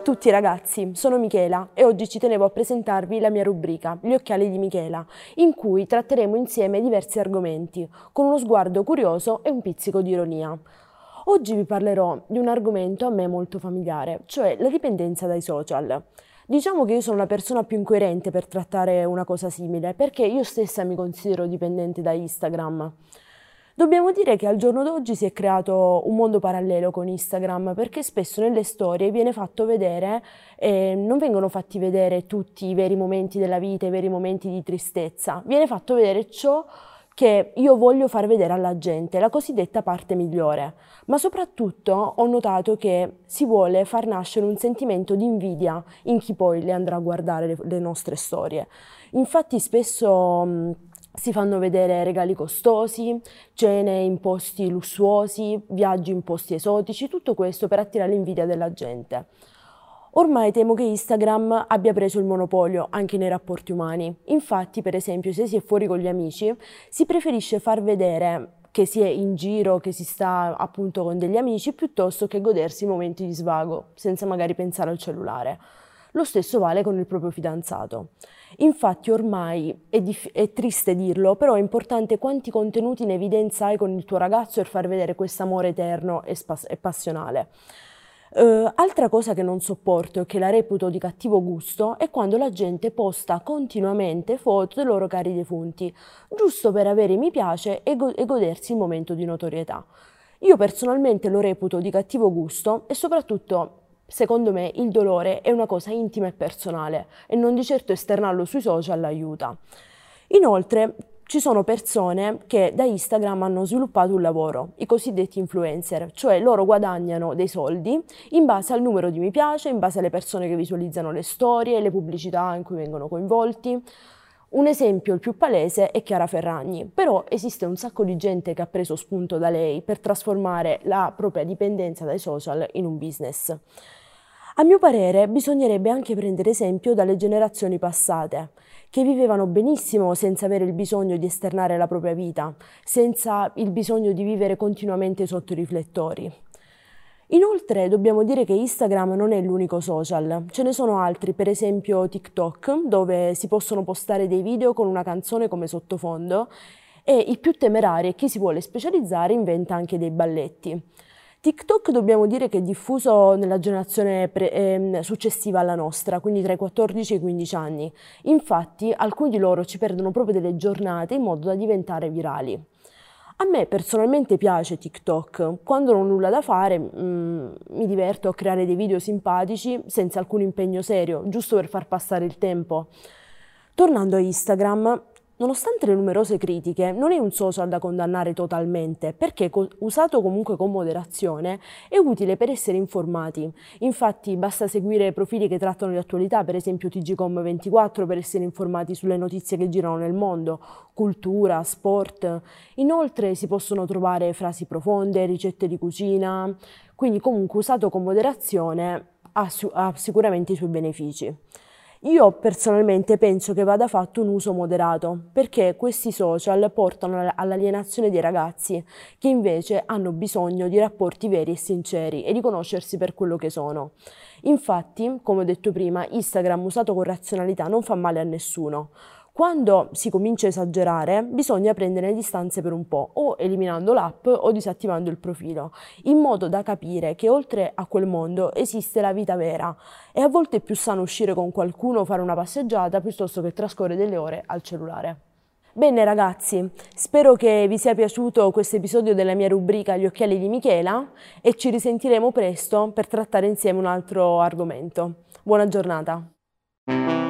a tutti ragazzi, sono Michela e oggi ci tenevo a presentarvi la mia rubrica, Gli occhiali di Michela, in cui tratteremo insieme diversi argomenti, con uno sguardo curioso e un pizzico di ironia. Oggi vi parlerò di un argomento a me molto familiare, cioè la dipendenza dai social. Diciamo che io sono la persona più incoerente per trattare una cosa simile, perché io stessa mi considero dipendente da Instagram. Dobbiamo dire che al giorno d'oggi si è creato un mondo parallelo con Instagram perché spesso nelle storie viene fatto vedere, non vengono fatti vedere tutti i veri momenti della vita, i veri momenti di tristezza, viene fatto vedere ciò che io voglio far vedere alla gente, la cosiddetta parte migliore. Ma soprattutto ho notato che si vuole far nascere un sentimento di invidia in chi poi le andrà a guardare le nostre storie. Infatti spesso si fanno vedere regali costosi, cene in posti lussuosi, viaggi in posti esotici, tutto questo per attirare l'invidia della gente. Ormai temo che Instagram abbia preso il monopolio anche nei rapporti umani. Infatti, per esempio, se si è fuori con gli amici, si preferisce far vedere che si è in giro, che si sta appunto con degli amici, piuttosto che godersi momenti di svago, senza magari pensare al cellulare. Lo stesso vale con il proprio fidanzato. Infatti ormai è triste dirlo, però è importante quanti contenuti in evidenza hai con il tuo ragazzo per far vedere questo amore eterno e passionale. Altra cosa che non sopporto e che la reputo di cattivo gusto è quando la gente posta continuamente foto dei loro cari defunti, giusto per avere mi piace e godersi il momento di notorietà. Io personalmente lo reputo di cattivo gusto e soprattutto, secondo me, il dolore è una cosa intima e personale e non di certo esternarlo sui social aiuta. Inoltre, ci sono persone che da Instagram hanno sviluppato un lavoro, i cosiddetti influencer, cioè loro guadagnano dei soldi in base al numero di mi piace, in base alle persone che visualizzano le storie, le pubblicità in cui vengono coinvolti. Un esempio, il più palese, è Chiara Ferragni, però esiste un sacco di gente che ha preso spunto da lei per trasformare la propria dipendenza dai social in un business. A mio parere bisognerebbe anche prendere esempio dalle generazioni passate, che vivevano benissimo senza avere il bisogno di esternare la propria vita, senza il bisogno di vivere continuamente sotto i riflettori. Inoltre dobbiamo dire che Instagram non è l'unico social, ce ne sono altri, per esempio TikTok, dove si possono postare dei video con una canzone come sottofondo e il più temerario è chi si vuole specializzare inventa anche dei balletti. TikTok dobbiamo dire che è diffuso nella generazione successiva alla nostra, quindi tra i 14 e i 15 anni. Infatti alcuni di loro ci perdono proprio delle giornate in modo da diventare virali. A me personalmente piace TikTok, quando non ho nulla da fare mi diverto a creare dei video simpatici senza alcun impegno serio, giusto per far passare il tempo. Tornando a Instagram, nonostante le numerose critiche, non è un social da condannare totalmente, perché usato comunque con moderazione è utile per essere informati. Infatti basta seguire profili che trattano di attualità, per esempio TGcom24, per essere informati sulle notizie che girano nel mondo, cultura, sport. Inoltre si possono trovare frasi profonde, ricette di cucina, quindi comunque usato con moderazione ha sicuramente i suoi benefici. Io personalmente penso che vada fatto un uso moderato, perché questi social portano all'alienazione dei ragazzi, che invece hanno bisogno di rapporti veri e sinceri e di conoscersi per quello che sono. Infatti, come ho detto prima, Instagram usato con razionalità non fa male a nessuno. Quando si comincia a esagerare, bisogna prendere le distanze per un po', o eliminando l'app o disattivando il profilo, in modo da capire che oltre a quel mondo esiste la vita vera e a volte è più sano uscire con qualcuno o fare una passeggiata piuttosto che trascorrere delle ore al cellulare. Bene ragazzi, spero che vi sia piaciuto questo episodio della mia rubrica Gli occhiali di Michela e ci risentiremo presto per trattare insieme un altro argomento. Buona giornata!